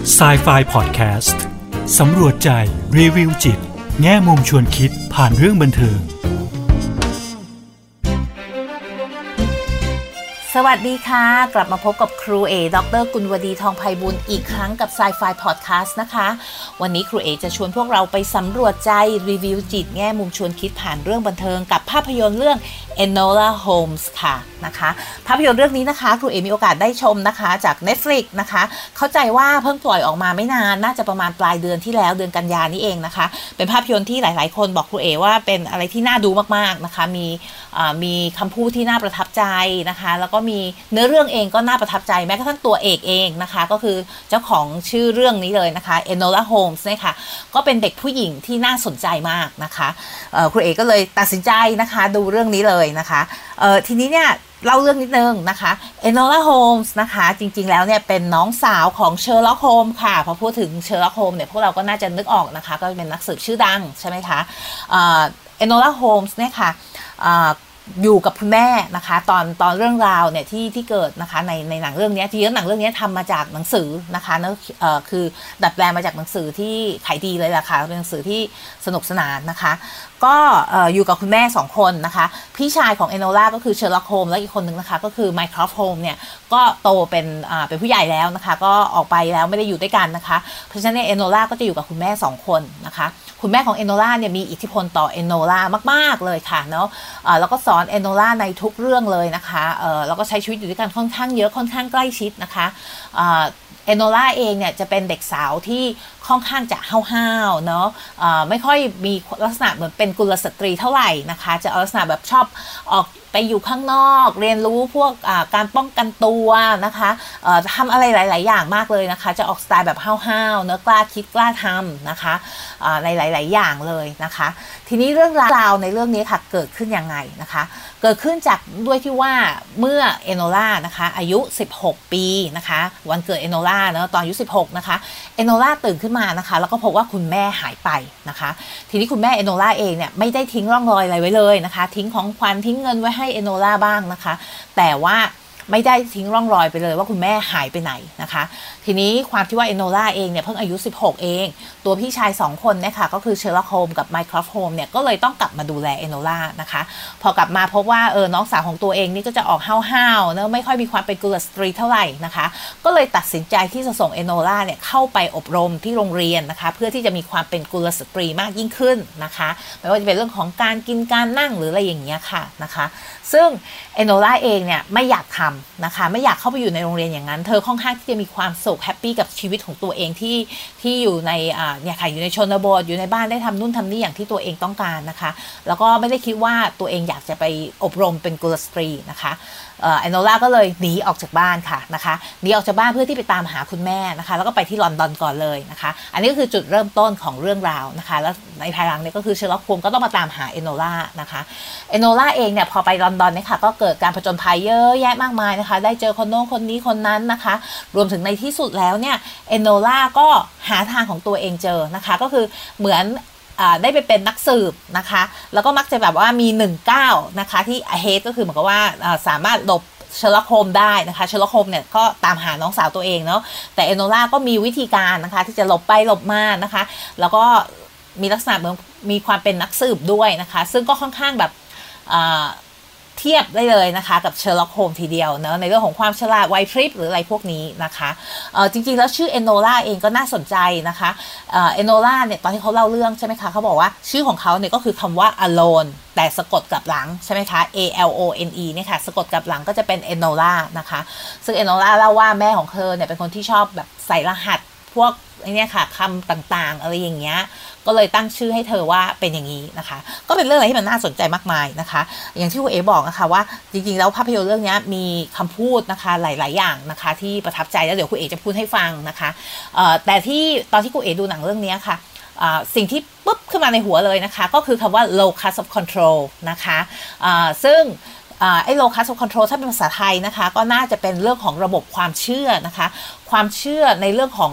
Sci-Fi Podcast สำรวจใจรีวิวจิตแง่มุมชวนคิดผ่านเรื่องบันเทิงสวัสดีค่ะกลับมาพบกับครูเอดร.กุลวดีทองไพบูลย์อีกครั้งกับ Sci-Fi Podcast นะคะวันนี้ครูเอจะชวนพวกเราไปสำรวจใจรีวิวจิตแง่มุมชวนคิดผ่านเรื่องบันเทิงกับภาพยนตร์เรื่อง Enola Holmes ค่ะนะคะภาพยนตร์เรื่องนี้นะคะครูเอมีโอกาสได้ชมนะคะจาก Netflix นะคะเข้าใจว่าเพิ่งปล่อยออกมาไม่นานน่าจะประมาณปลายเดือนที่แล้วเดือนกันยานี้เองนะคะเป็นภาพยนตร์ที่หลายๆคนบอกครูเอว่าเป็นอะไรที่น่าดูมากๆนะคะมีคำพูดที่น่าประทับใจนะคะแล้วก็มีเนื้อเรื่องเองก็น่าประทับใจแม้กระทั่งตัวเอกเองนะคะก็คือเจ้าของชื่อเรื่องนี้เลยนะคะ Enola Holmes เนี่ยค่ะก็เป็นเด็กผู้หญิงที่น่าสนใจมากนะคะครูเอก็เลยตัดสินใจนะคะดูเรื่องนี้เลยนะคะทีนี้เนี่ยเล่าเรื่องนิดนึงนะคะ Enola Holmes นะคะจริงๆแล้วเนี่ยเป็นน้องสาวของ Sherlock Holmes ค่ะพอพูดถึง Sherlock Holmes เนี่ยพวกเราก็น่าจะนึกออกนะคะก็เป็นนักสืบชื่อดังใช่ไหมคะEnola Holmes เนี่ยค่ะอยู่กับคุณแม่นะคะตอนเรื่องราวเนี่ยที่เกิดนะคะในหนังเรื่องนี้ที่หนังเรื่องนี้ทำมาจากหนังสือนะคะคือดัดแปลงมาจากหนังสือที่ขายดีเลยล่ะค่ะเป็นหนังสือที่สนุกสนานนะคะก็อยู่กับคุณแม่2คนนะคะพี่ชายของ Enola ก็คือ Sherlock Holmes และอีกคนนึงนะคะก็คือ Mycroft Holmes เนี่ยก็โตเป็นผู้ใหญ่แล้วนะคะก็ออกไปแล้วไม่ได้อยู่ด้วยกันนะคะเพราะฉะนั้น Enola ก็จะอยู่กับคุณแม่2คนนะคะคุณแม่ของ Enola เนี่ยมีอิทธิพลต่อ Enola มากๆเลยค่ะเนาะแล้วก็สอน Enola ในทุกเรื่องเลยนะคะแล้วก็ใช้ชีวิตอยู่ด้วยกันค่อนข้างเยอะค่อนข้างใกล้ชิดนะคะEnola เองเนี่ยจะเป็นเด็กสาวที่ค่อนข้างจะห้าวๆเนาะไม่ค่อยมีลักษณะเหมือนเป็นกุลสตรีเท่าไหร่นะคะจะเอาลักษณะแบบชอบออกไปอยู่ข้างนอกเรียนรู้พวกการป้องกันตัวนะคะทำอะไรหลายๆอย่างมากเลยนะคะจะออกสไตล์แบบห้าวๆเนาะกล้าคิดกล้าทำนะคะในหลายๆอย่างเลยนะคะทีนี้เรื่องราวในเรื่องนี้ค่ะเกิดขึ้นยังไงนะคะเกิดขึ้นจากด้วยที่ว่าเมื่อ Enola นะคะอายุ16ปีนะคะวันเกิด Enola เนาะตอนอายุ16นะคะ Enola ตื่นขึ้นมานะคะแล้วก็พบว่าคุณแม่หายไปนะคะทีนี้คุณแม่ Enola เองเนี่ยไม่ได้ทิ้งร่องรอยอะไรไว้เลยนะคะทิ้งของขวัญทิ้งเงินไว้ให้ Enola บ้างนะคะแต่ว่าไม่ได้ทิ้งร่องรอยไปเลยว่าคุณแม่หายไปไหนนะคะทีนี้ความที่ว่า Enola เองเนี่ยเพิ่งอายุ16เองตัวพี่ชาย2คนเนี่ยค่ะก็คือ Sherlock Holmes กับ Mycroft Holmes เนี่ยก็เลยต้องกลับมาดูแล Enola นะคะพอกลับมาพบว่าน้องสาวของตัวเองนี่ก็จะออกห้าวๆนะไม่ค่อยมีความเป็นกุลสตรีเท่าไหร่นะคะก็เลยตัดสินใจที่จะส่ง Enola เนี่ยเข้าไปอบรมที่โรงเรียนนะคะเพื่อที่จะมีความเป็นกุลสตรีมากยิ่งขึ้นนะคะไม่ว่าจะเป็นเรื่องของการกินการนั่งหรืออะไรอย่างเงี้ยค่ะนะคะซึ่ง Enola เองเนี่ยไม่อยากทำนะคะไม่อยากเข้าไปอยู่ในโรงเรียนอย่างนั้นเธอค่อนข้างที่จะมีความสุขแฮปปี้กับชีวิตของตัวเองที่อยู่ในเนี่ยค่ะอยู่ในชนบทอยู่ในบ้านได้ทำนู่นทำนี่อย่างที่ตัวเองต้องการนะคะแล้วก็ไม่ได้คิดว่าตัวเองอยากจะไปอบรมเป็นกุลสตรีนะคะEnola ก็เลยหนีออกจากบ้านค่ะนะคะหนีออกจากบ้านเพื่อที่ไปตามหาคุณแม่นะคะแล้วก็ไปที่ลอนดอนก่อนเลยนะคะอันนี้ก็คือจุดเริ่มต้นของเรื่องราวนะคะแล้วในภายหลังเนี่ยก็คือ Sherlock Holmes ก็ต้องมาตามหา Enola นะคะ Enola เองเนี่ยพอไปลอนดอนเนี่ยค่ะก็เกิดการผจญภัยเยอะแยะมากมายนะคะได้เจอคนโน้นคนนี้คนนั้นนะคะรวมถึงในที่สุดแล้วเนี่ย Enola ก็หาทางของตัวเองเจอนะคะก็คือเหมือนได้ไปเป็นนักสืบนะคะแล้วก็มักจะแบบว่ามี19นะคะที่ ahead ก็คือเหมือนกับว่าสามารถหลบSherlock Holmes ได้นะคะ Sherlock Holmes เนี่ยก็ตามหาน้องสาวตัวเองเนาะแต่ Enola ก็มีวิธีการนะคะที่จะหลบไปหลบมานะคะแล้วก็มีลักษณะเหมือนมีความเป็นนักสืบด้วยนะคะซึ่งก็ค่อนข้างแบบเทียบได้เลยนะคะกับ Sherlock Holmes ทีเดียวเนอะในเรื่องของความฉลาดไหวพริบหรืออะไรพวกนี้นะคะจริงๆแล้วชื่อ Enola เองก็น่าสนใจนะคะEnola เนี่ยตอนที่เขาเล่าเรื่องใช่ไหมคะเขาบอกว่าชื่อของเขาเนี่ยก็คือคำว่า alone แต่สะกดกับหลังใช่ไหมคะ ALONE เนี่ยค่ะสะกดกับหลังก็จะเป็น Enola นะคะซึ่ง Enola เล่าว่าแม่ของเธอเนี่ยเป็นคนที่ชอบแบบใส่รหัสพวกเนี่ยค่ะคำต่างๆอะไรอย่างเงี้ยก็เลยตั้งชื่อให้เธอว่าเป็นอย่างนี้นะคะก็เป็นเรื่องอะไรที่มันน่าสนใจมากมายนะคะอย่างที่คุณเอ๋บอกนะคะว่าจริงๆแล้วภาพยนตร์เรื่องนี้มีคำพูดนะคะหลายๆอย่างนะคะที่ประทับใจแล้วเดี๋ยวคุณเอ๋จะพูดให้ฟังนะคะแต่ที่ตอนที่คุณเอ๋ดูหนังเรื่องนี้ค่ะสิ่งที่ปุ๊บขึ้นมาในหัวเลยนะคะก็คือคำว่า locus of control นะคะซึ่งไอ้ locus of control ถ้าเป็นภาษาไทยนะคะก็น่าจะเป็นเรื่องของระบบความเชื่อนะคะความเชื่อในเรื่องของ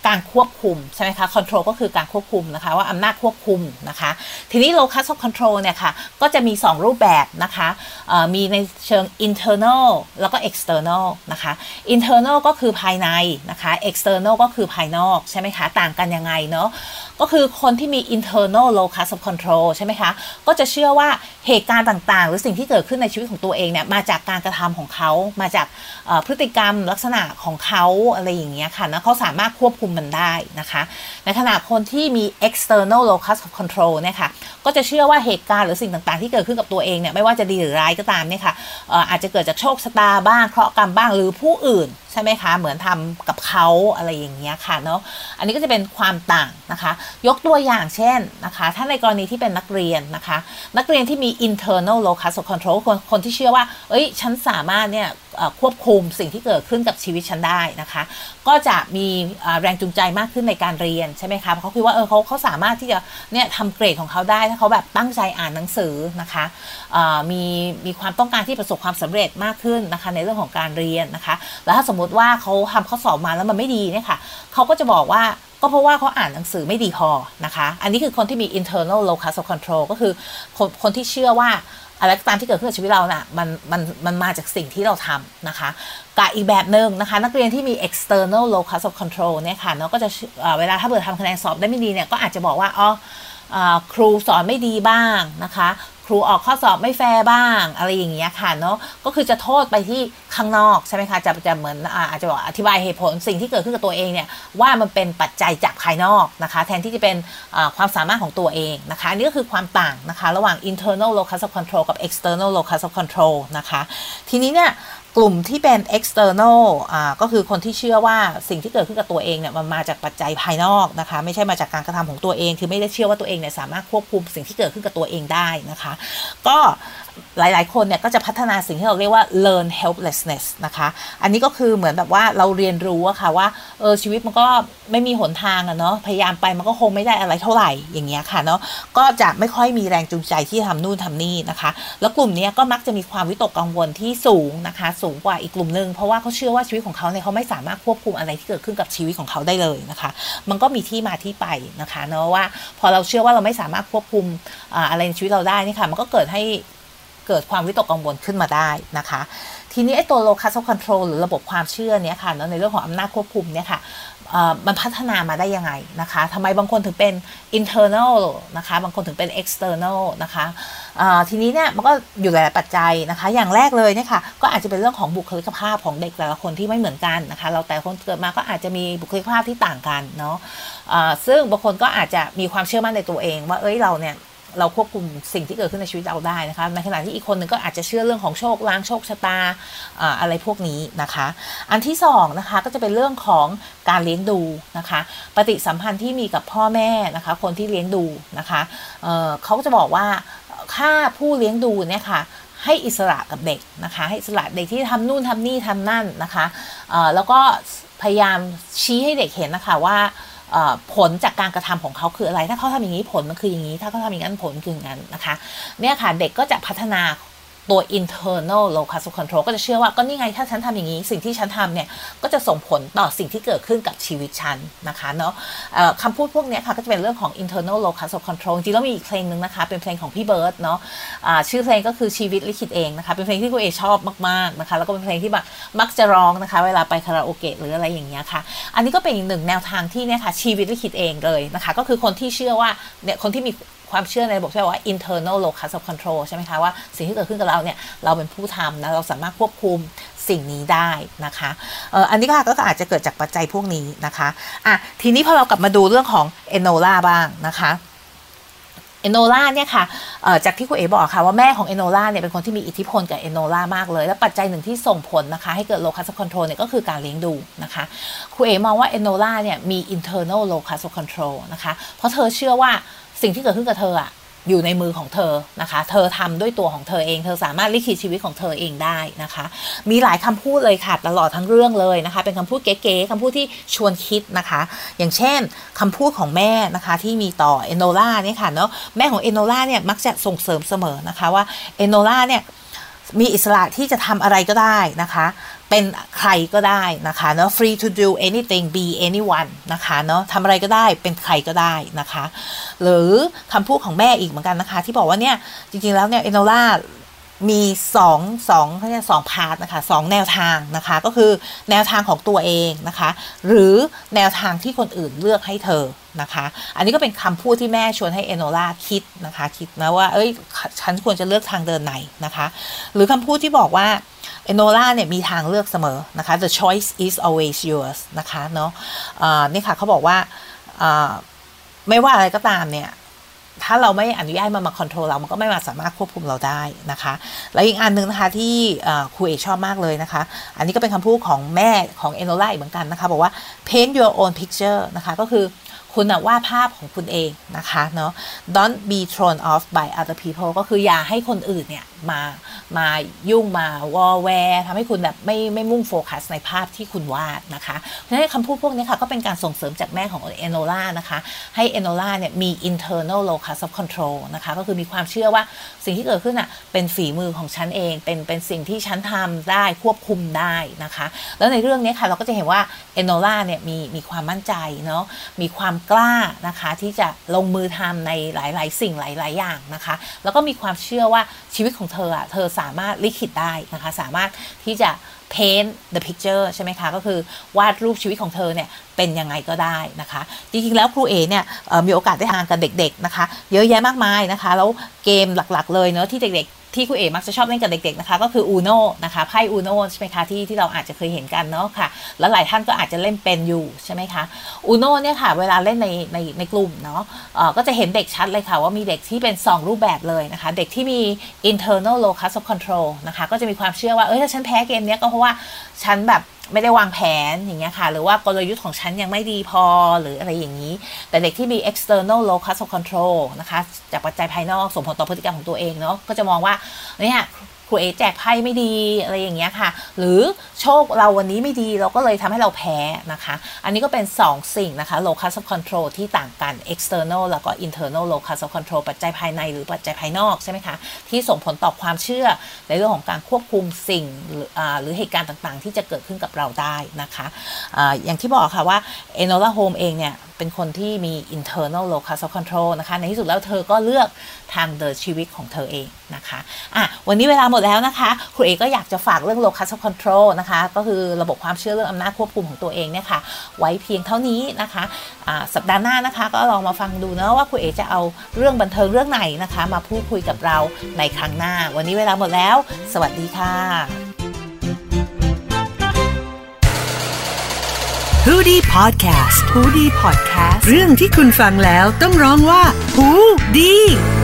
การควบคุมใช่ไหมคะ control ก็คือการควบคุมนะคะว่าอำนาจควบคุมนะคะทีนี้ locus of control เนี่ยค่ะก็จะมี2รูปแบบนะคะมีในเชิง internal แล้วก็ external นะคะ internal ก็คือภายในนะคะ external ก็คือภายนอกใช่ไหมคะต่างกันยังไงเนาะก็คือคนที่มี internal locus of control ใช่ไหมคะก็จะเชื่อว่าเหตุการณ์ต่างๆหรือสิ่งที่เกิดขึ้นในชีวิตของตัวเองเนี่ยมาจากการกระทำของเขามาจากพฤติกรรมลักษณะของเขาอะไรอย่างเงี้ยค่ะนะเขาสามารถควบคุมมันได้นะคะในขณะคนที่มี external locus of control เนี่ยค่ะก็จะเชื่อว่าเหตุการณ์หรือสิ่งต่างๆที่เกิดขึ้นกับตัวเองเนี่ยไม่ว่าจะดีหรือร้ายก็ตามเนี่ยค่ะอาจจะเกิดจากโชคชะตาบ้างเคราะห์กรรมบ้างหรือผู้อื่นใช่ไหมคะเหมือนทำกับเขาอะไรอย่างเงี้ยค่ะเนาะอันนี้ก็จะเป็นความต่างนะคะยกตัวอย่างเช่นนะคะถ้าในกรณีที่เป็นนักเรียนนะคะนักเรียนที่มี internal locus of control คนที่เชื่อว่าฉันสามารถเนี่ยควบคุมสิ่งที่เกิดขึ้นกับชีวิตฉันได้นะคะก็จะมีแรงจูงใจมากขึ้นในการเรียนใช่ไหมคะเพราะเขาคิดว่าเขาสามารถที่จะเนี่ยทำเกรดของเขาได้ถ้าเขาแบบตั้งใจอ่านหนังสือนะคะมีความต้องการที่ประสบความสำเร็จมากขึ้นนะคะในเรื่องของการเรียนนะคะแล้วถ้าสมมติว่าเขาทำข้อสอบมาแล้วมันไม่ดีเนี่ยค่ะเขาก็จะบอกว่าก็เพราะว่าเขาอ่านหนังสือไม่ดีพอนะคะอันนี้คือคนที่มี internal locus of control ก็คือคนที่เชื่อว่าอะไรก็ตามที่เกิดขึ้นในชีวิตเราน่ะมันมาจากสิ่งที่เราทำนะคะกับอีกแบบหนึ่งนะคะนักเรียนที่มี external locus of control เนี่ยค่ะเนาะก็จะเวลาถ้าเกิดทำคะแนนสอบได้ไม่ดีเนี่ยก็อาจจะบอกว่าครูสอนไม่ดีบ้างนะคะครูออกข้อสอบไม่แฟร์บ้างอะไรอย่างเงี้ยค่ะเนาะก็คือจะโทษไปที่ข้างนอกใช่ไหมคะจะเหมือนอาจจะบอกอธิบายเหตุผลสิ่งที่เกิดขึ้นกับตัวเองเนี่ยว่ามันเป็นปัจจัยจากภายนอกนะคะแทนที่จะเป็นความสามารถของตัวเองนะคะนี่ก็คือความต่างนะคะระหว่าง internal locus of control กับ external locus of control นะคะทีนี้เนี่ยกลุ่มที่เป็น external ก็คือคนที่เชื่อว่าสิ่งที่เกิดขึ้นกับตัวเองเนี่ยมันมาจากปัจจัยภายนอกนะคะไม่ใช่มาจากการกระทำของตัวเองคือไม่ได้เชื่อว่าตัวเองเนี่ยสามารถควบคุมสิ่งที่เกิดขึ้นกับตัวเองได้นะคะก็หลายๆคนเนี่ยก็จะพัฒนาสิ่งที่เราเรียกว่า learn helplessness นะคะอันนี้ก็คือเหมือนแบบว่าเราเรียนรู้อะค่ะว่าชีวิตมันก็ไม่มีหนทางอะเนาะพยายามไปมันก็คงไม่ได้อะไรเท่าไหร่อย่างเงี้ยค่ะเนาะก็จะไม่ค่อยมีแรงจูงใจที่ทำนู่นทำนี่นะคะแล้วกลุ่มนี้ก็มักจะมีความวิตกกังวลที่สูงนะคะสูงกว่าอีกกลุ่มนึงเพราะว่าเขาเชื่อว่าชีวิตของเขาเนี่ยเขาไม่สามารถควบคุมอะไรที่เกิดขึ้นกับชีวิตของเขาได้เลยนะคะมันก็มีที่มาที่ไปนะคะเนาะว่าพอเราเชื่อว่าเราไม่สามารถควบคุมอะไรในชีวิตเราได้นี่ค่ะมันก็เกิดความวิตกกังวลขึ้นมาได้นะคะทีนี้ไอ้ตัว locus of control หรือระบบความเชื่อเนี่ยค่ะในเรื่องของอำนาจควบคุมเนี่ยค่ะมันพัฒนามาได้ยังไงนะคะทำไมบางคนถึงเป็น internal นะคะบางคนถึงเป็น external นะคะทีนี้เนี่ยมันก็อยู่หลายปัจจัยนะคะอย่างแรกเลยเนี่ยค่ะก็อาจจะเป็นเรื่องของบุคลิกภาพของเด็กแต่ละคนที่ไม่เหมือนกันนะคะเราแต่คนเกิดมาก็อาจจะมีบุคลิกภาพที่ต่างกันเนาะซึ่งบางคนก็อาจจะมีความเชื่อมั่นในตัวเองว่าเราควบคุมสิ่งที่เกิดขึ้นในชีวิตเราได้นะคะในขณะที่อีกคนนึงก็อาจจะเชื่อเรื่องของโชคลางโชคชะตาอะไรพวกนี้นะคะอันที่สองนะคะก็จะเป็นเรื่องของการเลี้ยงดูนะคะปฏิสัมพันธ์ที่มีกับพ่อแม่นะคะคนที่เลี้ยงดูนะคะเขาก็จะบอกว่าถ้าผู้เลี้ยงดูเนี่ยค่ะให้อิสระกับเด็กนะคะให้อิสระเด็กที่ทำนู่นทำนี่ทำนั่นนะคะแล้วก็พยายามชี้ให้เด็กเห็นนะคะว่าผลจากการกระทำของเขาคืออะไรถ้าเขาทำอย่างนี้ผลมันคืออย่างนี้ถ้าเขาทำอย่างนั้นผลคืออย่างนั้นนะคะเนี่ยค่ะเด็กก็จะพัฒนาตัว internal locus of control ก็จะเชื่อว่าก็นี่ไงถ้าฉันทำอย่างนี้สิ่งที่ฉันทำเนี่ยก็จะส่งผลต่อสิ่งที่เกิดขึ้นกับชีวิตฉันนะคะเนาะคำพูดพวกนี้ค่ะก็จะเป็นเรื่องของ internal locus of control จริงๆแล้วมีอีกเพลงนึงนะคะเป็นเพลงของพี่เบิร์ดเนาะชื่อเพลงก็คือชีวิตลิขิตเองนะคะเป็นเพลงที่คุณเอชอบมากๆนะคะแล้วก็เป็นเพลงที่แบบมักจะร้องนะคะเวลาไปคาราโอเกะหรืออะไรอย่างเงี้ยค่ะอันนี้ก็เป็นอีกหนึ่งแนวทางที่เนี่ยค่ะชีวิตลิขิตเองเลยนะคะก็คือคนที่เชื่อว่าเนี่ยคนที่มีความเชื่อในระบบใช่ไหมว่า internal locus of control ใช่ไหมคะว่าสิ่งที่เกิดขึ้นกับเราเนี่ยเราเป็นผู้ทำนะเราสามารถควบคุมสิ่งนี้ได้นะคะอันนี้ก็อาจจะเกิดจากปัจจัยพวกนี้นะคะทีนี้พอเรากลับมาดูเรื่องของ Enola บ้างนะคะเอโนล่าเนี่ยค่ะจากที่คุณเอ๋บอกค่ะว่าแม่ของเอโนล่าเนี่ยเป็นคนที่มีอิทธิพลกับเอโนล่ามากเลยและปัจจัยหนึ่งที่ส่งผลนะคะให้เกิด locus of control เนี่ยก็คือการเลี้ยงดูนะคะคุณเอ๋มองว่าเอโนล่าเนี่ยมี internal locus of control นะคะเพราะเธอเชื่อว่าสิ่งที่เกิดขึ้นกับเธออยู่ในมือของเธอนะคะเธอทำด้วยตัวของเธอเองเธอสามารถลิขิตชีวิตของเธอเองได้นะคะมีหลายคำพูดเลยค่ะตลอดทั้งเรื่องเลยนะคะเป็นคำพูดเก๋ๆคำพูดที่ชวนคิดนะคะอย่างเช่นคำพูดของแม่นะคะที่มีต่อเอโนล่าเนี่ยค่ะเนาะแม่ของเอโนล่าเนี่ยมักจะส่งเสริมเสมอนะคะว่าเอโนล่าเนี่ยมีอิสระที่จะทำอะไรก็ได้นะคะเป็นใครก็ได้นะคะเนาะ free to do anything be anyone นะคะเนาะทำอะไรก็ได้เป็นใครก็ได้นะคะหรือคำพูดของแม่อีกเหมือนกันนะคะที่บอกว่าเนี่ยจริงๆแล้วเนี่ยเอโนล่ามีเขาเรียก2พาร์ทนะคะ2แนวทางนะคะก็คือแนวทางของตัวเองนะคะหรือแนวทางที่คนอื่นเลือกให้เธอนะคะอันนี้ก็เป็นคำพูดที่แม่ชวนให้เอโนล่าคิดนะคะคิดนะว่าฉันควรจะเลือกทางเดินไหนนะคะหรือคำพูดที่บอกว่าเอโนล่าเนี่ยมีทางเลือกเสมอนะคะ the choice is always yours นะคะเนาะนี่ค่ะเขาบอกว่าไม่ว่าอะไรก็ตามเนี่ยถ้าเราไม่อนุญาตมันมาคอนโทรลเรามันก็ไม่สามารถควบคุมเราได้นะคะแล้วอีกอันนึงนะคะที่ครูเอกชอบมากเลยนะคะอันนี้ก็เป็นคำพูดของแม่ของเอโนล่าเหมือนกันนะคะบอกว่า paint your own picture นะคะก็คือคุณวาดภาพของคุณเองนะคะเนาะ don't be thrown off by other people ก็คืออย่าให้คนอื่นเนี่ยมายุ่งมาวอแวร์ทำให้คุณแบบไม่มุ่งโฟกัสในภาพที่คุณวาดนะคะเพราะฉะนั้นคำพูดพวกนี้ค่ะก็เป็นการส่งเสริมจากแม่ของเอโนล่านะคะให้เอโนล่าเนี่ยมี internal locus of control นะคะก็คือมีความเชื่อว่าสิ่งที่เกิดขึ้นอ่ะเป็นฝีมือของฉันเองเป็นสิ่งที่ฉันทำได้ควบคุมได้นะคะแล้วในเรื่องนี้ค่ะเราก็จะเห็นว่าเอโนล่าเนี่ยมีความมั่นใจเนาะมีความกล้านะคะที่จะลงมือทำในหลายๆสิ่งหลายๆอย่างนะคะแล้วก็มีความเชื่อว่าชีวิตของเธอเธอสามารถลิขิตได้นะคะสามารถที่จะ paint the picture ใช่ไหมคะก็คือวาดรูปชีวิตของเธอเนี่ยเป็นยังไงก็ได้นะคะจริงๆแล้วครูเอเนี่ยมีโอกาสได้ทำงานกับเด็กๆนะคะเยอะแยะมากมายนะคะแล้วเกมหลักๆเลยเนาะที่เด็กๆที่ครูเอมักจะชอบเล่นกับเด็กๆนะคะก็คือ Uno นะคะไพ่ Uno ใช่ไหมคะที่เราอาจจะเคยเห็นกันเนาะค่ะแล้วหลายท่านก็อาจจะเล่นเป็นอยู่ใช่ไหมคะ Uno เนี่ยค่ะเวลาเล่นในกลุ่มเนาะก็จะเห็นเด็กชัดเลยค่ะว่ามีเด็กที่เป็น2รูปแบบเลยนะคะเด็กที่มี internal locus of control นะคะก็จะมีความเชื่อว่าถ้าฉันแพ้เกมนี้ก็เพราะว่าฉันแบบไม่ได้วางแผนอย่างเงี้ยค่ะหรือว่ากลยุทธ์ของฉันยังไม่ดีพอหรืออะไรอย่างนี้แต่เด็กที่มี external locus of control นะคะจากปัจจัยภายนอกส่งผลต่อพฤติกรรมของตัวเองเนาะก็จะมองว่าเนี่ยครูเอแจกไพ่ไม่ดีอะไรอย่างเงี้ยค่ะหรือโชคเราวันนี้ไม่ดีเราก็เลยทำให้เราแพ้นะคะอันนี้ก็เป็น2สิ่งนะคะ locus of control ที่ต่างกัน external แล้วก็ internal locus of control ปัจจัยภายในหรือปัจจัยภายนอกใช่ไหมคะที่ส่งผลต่อความเชื่อในเรื่องของการควบคุมสิ่งหรือเหตุการณ์ต่างๆที่จะเกิดขึ้นกับเราได้นะคะอย่างที่บอกค่ะว่า Enola Holmes เองเนี่ยเป็นคนที่มี internal locus of control นะคะในที่สุดแล้วเธอก็เลือกทางเดินชีวิตของเธอเองนะคะวันนี้เวลาหมดแล้วนะคะครูเอก็อยากจะฝากเรื่อง locus of control นะคะก็คือระบบความเชื่อเรื่องอำนาจควบคุมของตัวเองเนี่ยค่ะไว้เพียงเท่านี้นะคะสัปดาห์หน้านะคะก็ลองมาฟังดูนะว่าครูเอจะเอาเรื่องบันเทิงเรื่องไหนนะคะมาพูดคุยกับเราในครั้งหน้าวันนี้เวลาหมดแล้วสวัสดีค่ะ Hoodie Podcast เรื่องที่คุณฟังแล้วต้องร้องว่าหูดี